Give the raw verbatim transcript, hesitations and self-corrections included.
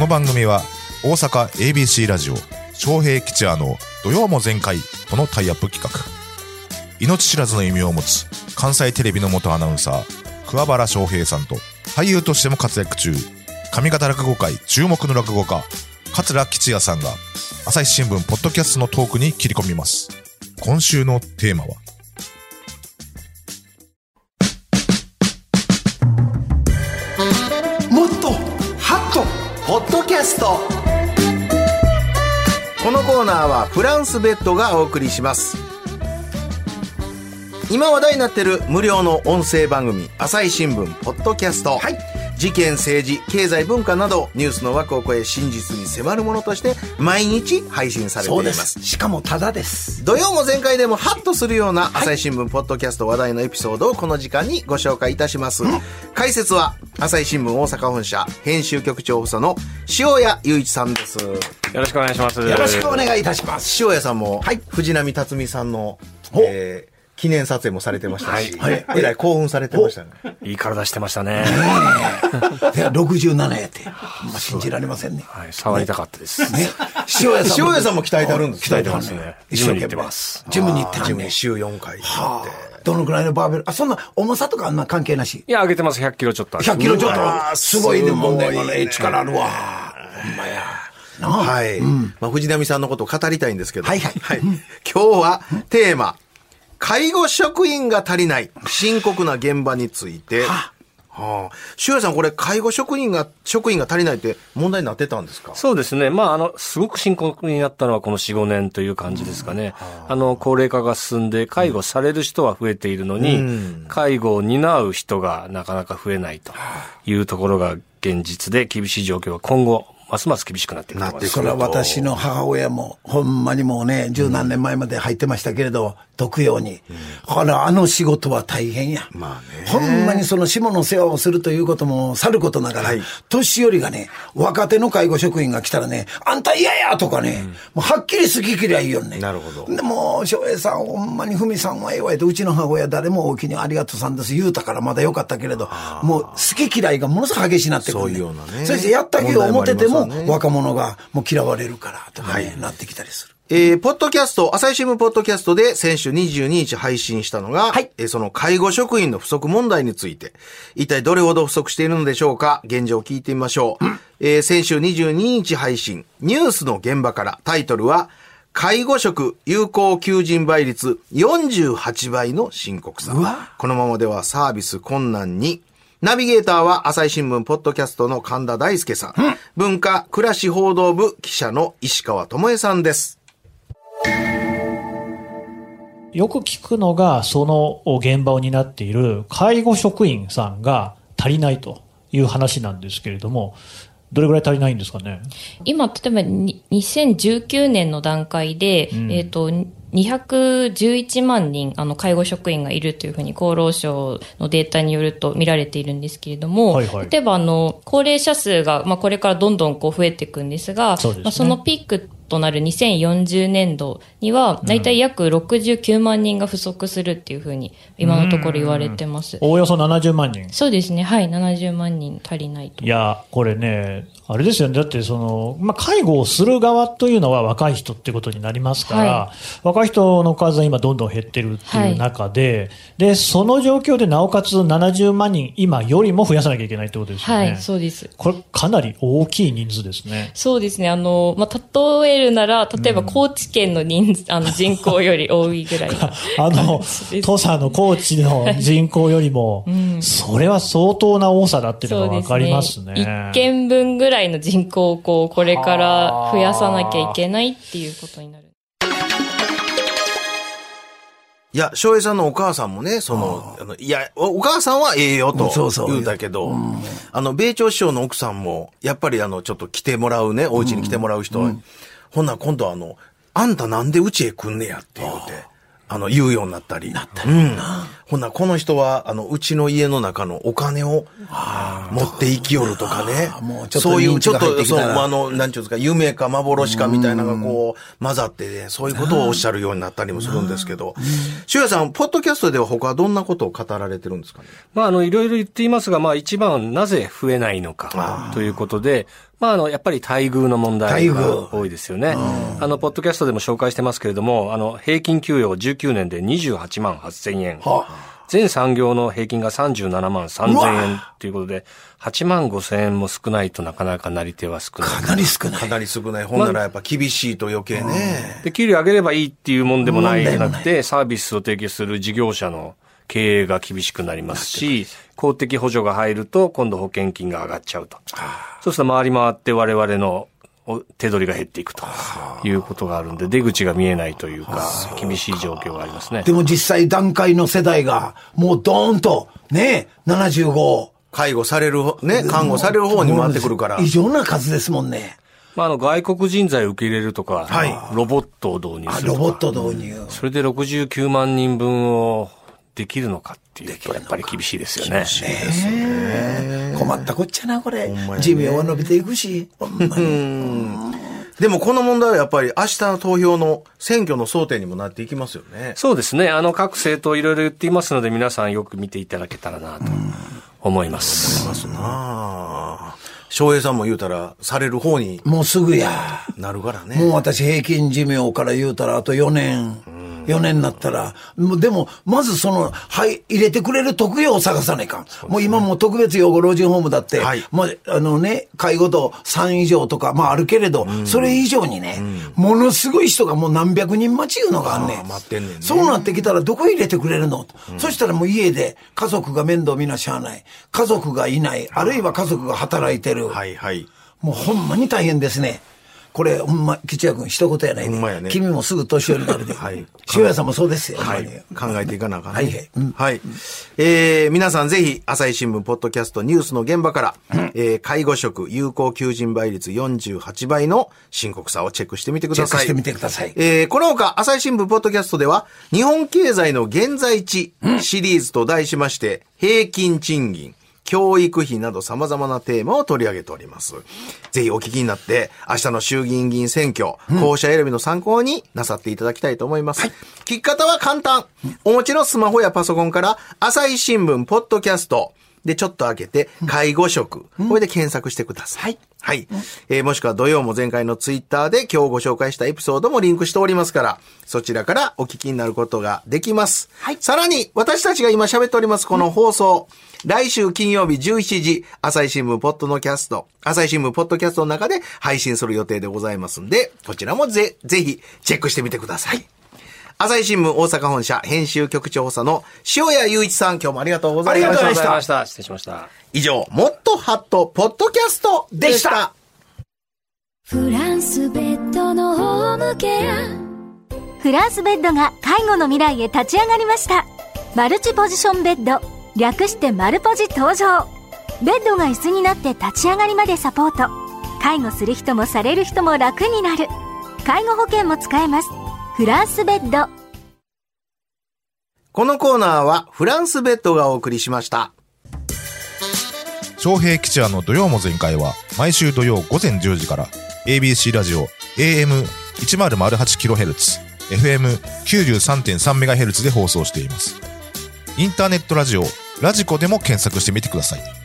の番組は大阪 エービーシー ラジオ昌平吉也の土曜も全開とのタイアップ企画、命知らずの異名を持つ関西テレビの元アナウンサー桑原昌平さんと、俳優としても活躍中上方落語界注目の落語家桂吉也さんが朝日新聞ポッドキャストのトークに切り込みます。今週のテーマは、 もっとハッとポッドキャスト。このコーナーはフランスベッドがお送りします。今話題になっている無料の音声番組朝日新聞ポッドキャスト、はい、事件、政治、経済、文化などニュースの枠を超え真実に迫るものとして毎日配信されています。 そうです。しかもタダです。 土曜も全開でもハッとするような朝日新聞ポッドキャスト話題のエピソードをこの時間にご紹介いたします。うん、解説は朝日新聞大阪本社編集局長補佐の塩谷雄一さんです。 よろしくお願いします。 よろしくお願いいたします。 塩谷さんも、はい、藤波辰巳さんの、えー記念撮影もされてましたし、はい、えらい興奮されてましたね。 いい体してましたね。 いやろくじゅうななやって、まあ、信じられませんね。 はい、触りたかったです。 ね、塩谷さんも、塩谷さんも鍛えてあるんです。 鍛えてますね。 一生懸命ます。ジムに行ってはんね。 ジムに週よんかい行って。はあ、どのくらいのバーベル？あ、そんな重さとかあんな関係なし？ いや、上げてます。ひゃっキロちょっと。 ひゃっキロちょっと。すごいね、もんね。力あるわ。ほんまや。 はい。うん、まあ、藤波さんのことを語りたいんですけど。 はいはい。 はい、今日はテーマ。介護職員が足りない深刻な現場について。はあ、はあ、塩谷さん、これ介護職員が職員が足りないって問題になってたんですか？ そうですね。まあ、あの、すごく深刻になったのはこの よん、ごねんという感じですかね。うん、あの、高齢化が進んで介護される人は増えているのに、うん、介護を担う人がなかなか増えないというところが現実で、厳しい状況は今後ますます厳しくなっていくと思います。 それは私の母親もほんまにもうね、十何年前まで入ってましたけれど、特養に、うん、ほらあの仕事は大変や、まあね、ほんまにその下の世話をするということもさることながら、はい、年寄りがね、若手の介護職員が来たらね、あんた嫌やとかね、うん、もうはっきり好き嫌い言いよんね。 なるほど。 でも翔平さんほんまに文さんはええわやと、うちの母親誰もお気にありがとうさんです言うたからまだよかったけれど、もう好き嫌いがものすごく激しになってくる、ね、 そういうようなね。 そしてやったけど思ってても、ね、若者がもう嫌われるからとかね、はい、なってきたりする。 えー、ポッドキャスト、朝日新聞ポッドキャストで先週にじゅうににち配信したのが、はい、えー、その介護職員の不足問題について、一体どれほど不足しているのでしょうか、現状を聞いてみましょう。うん、えー、先週にじゅうににち配信、ニュースの現場から、タイトルは、介護職有効求人倍率よんじゅうはちばいの深刻さ。このままではサービス困難に。ナビゲーターは朝日新聞ポッドキャストの神田大輔さん、うん、文化暮らし報道部記者の石川智恵さんです。 よく聞くのが、その現場を担っている介護職員さんが足りないという話なんですけれども、どれぐらい足りないんですかね。 今、例えばにせんじゅうきゅうねんの段階で、うん、えっと、にひゃくじゅういちまんにん、あの、介護職員がいるというふうに厚労省のデータによると見られているんですけれども、はいはい、例えば、あの、高齢者数が、まあ、これからどんどんこう増えていくんですが、そうですね、まあ、そのピークとなるにせんよんじゅうねんどには、だいたい約ろくじゅうきゅうまんにんが不足するっていうふうに、今のところ言われてます。 おおよそななじゅうまんにん。 そうですね。はい。ななじゅうまんにん足りないと。 いや、これね、あれですよね。だって、その、まあ、介護をする側というのは若い人ってことになりますから、はい、若い人の数は今どんどん減ってるっていう中で、はい、で、その状況でなおかつななじゅうまんにん今よりも増やさなきゃいけないってことですよね。 はい、そうです。 これかなり大きい人数ですね。 そうですね。あの、まあ、例えるなら、例えば高知県の人数、うん、あの人口より多いぐらい。 あの、土佐の高知の人口よりも、うん、それは相当な多さだっていうのがわかりますね。 一県分ぐらいの人口をこう、これから増やさなきゃいけないっていうことになる。 いや、翔平さんのお母さんもね、その、あの、いや、お母さんはええよと言うたけど、うん、あの、米朝師匠の奥さんも、やっぱりあの、ちょっと来てもらうね、お家に来てもらう人は、うん、ほんなら今度あの、あんたなんでうちへ来んねやって言うて、あの、言うようになったり。 なったりな。うん。 ほんならこの人は、あの、うちの家の中のお金を持って生きよるとかね。もうちょっとそういう、ちょっと、そう、あの、なんちゅうんですか、夢か幻かみたいなのがこう、混ざってね、そういうことをおっしゃるようになったりもするんですけど。しゅうやさん、ポッドキャストでは他はどんなことを語られてるんですかね。 まあ、あの、いろいろ言っていますが、まあ、一番なぜ増えないのか、ということで、 まあ、あの、やっぱり待遇の問題が多いですよね。あの、ポッドキャストでも紹介してますけれども、あの、平均給与じゅうきゅうねんでにじゅうはちまんはっせんえん。はあ、全産業の平均がさんじゅうななまんさんぜんえんということで、はちまんごせんえんも少ないとなかなかなり手は少ない。 かなり少ない。 かなり少ない。ほんならやっぱ厳しいと余計ね。 で、給料上げればいいっていうもんでもないじゃなくて、サービスを提供する事業者の経営が厳しくなりますし、公的補助が入ると今度保険金が上がっちゃうと。そうすると回り回って我々の手取りが減っていくということがあるんで、出口が見えないというか、厳しい状況がありますね。 でも実際段階の世代がもうドーンとね、ななじゅうご。 介護される、ね、看護される方に回ってくるから。 異常な数ですもんね。 まあ、あの、外国人材を受け入れるとか、はい、ロボットを導入するとか。 ロボット導入。 それでろくじゅうきゅうまんにんぶんをできるのかっていうと、やっぱり厳しいですよね。 厳しいですね。困ったこっちゃな、これ。寿命は伸びていくし。ほんまに。 でもこの問題はやっぱり明日の投票の選挙の争点にもなっていきますよね。 そうですね。あの、各政党いろいろ言っていますので、皆さんよく見ていただけたらなと思います。 思いますなぁ。翔平さんも言うたら、される方に。 もうすぐや。 なるからね。 もう私平均寿命から言うたらあとよねん。よねんになったら、もうでも、まずその、はい、入れてくれる特養を探さないかん。ね、もう今も特別養護老人ホームだって、はい、まあ、あのね、介護度さん以上とか、まああるけれど、うん、それ以上にね、うん、ものすごい人がもう何百人待ちいうのがあんねん。 待ってんねんね。 そうなってきたらどこ入れてくれるの、うん、そしたらもう家で家族が面倒見なしゃあない。家族がいない。あるいは家族が働いてる。 はいはい。 もうほんまに大変ですね。これ、ほんま、吉谷君、一言やないね。 ほんまやね。 君もすぐ年寄りになるで。はい。塩谷さんもそうですよ。 はい。考えていかなあかんね。 はい。 うん、はい。えー、皆さんぜひ、朝日新聞、ポッドキャスト、ニュースの現場から、うん、えー、介護職、有効求人倍率よんじゅうはちばいの深刻さをチェックしてみてください。 チェックしてみてください。 えー、この他、朝日新聞、ポッドキャストでは、日本経済の現在地シリーズと題しまして、うん、平均賃金、教育費など様々なテーマを取り上げております。ぜひお聞きになって、明日の衆議院議員選挙、うん、候補者選びの参考になさっていただきたいと思います。はい、聞き方は簡単。お持ちのスマホやパソコンから、朝日新聞、ポッドキャスト、で、ちょっと開けて、介護職、うん、これで検索してください。はい。はい。うん、えー、もしくは土曜も前回のツイッターで今日ご紹介したエピソードもリンクしておりますから、そちらからお聞きになることができます。はい。さらに、私たちが今喋っております、この放送、うん、来週金曜日じゅうしちじ、朝日新聞ポッドのキャスト、朝日新聞ポッドキャストの中で配信する予定でございますんで、こちらもぜ、ぜひチェックしてみてください。朝日新聞大阪本社編集局長補佐の塩谷雄一さん、今日もありがとうございました。 ありがとうございました。失礼しました。 以上、もっとハットポッドキャストでした。 フランスベッドのホームケア。 フランスベッドが介護の未来へ立ち上がりました。マルチポジションベッド、略してマルポジ登場。ベッドが椅子になって立ち上がりまでサポート。介護する人もされる人も楽になる。介護保険も使えます。フランスベッド。 このコーナーはフランスベッドがお送りしました。 昌平吉也の土曜も全開は毎週土曜午前じゅうじから エービーシー ラジオ エーエムせんはちキロヘルツ、エフエムきゅうじゅうさんてんさんメガヘルツ で放送しています。インターネットラジオラジコでも検索してみてください。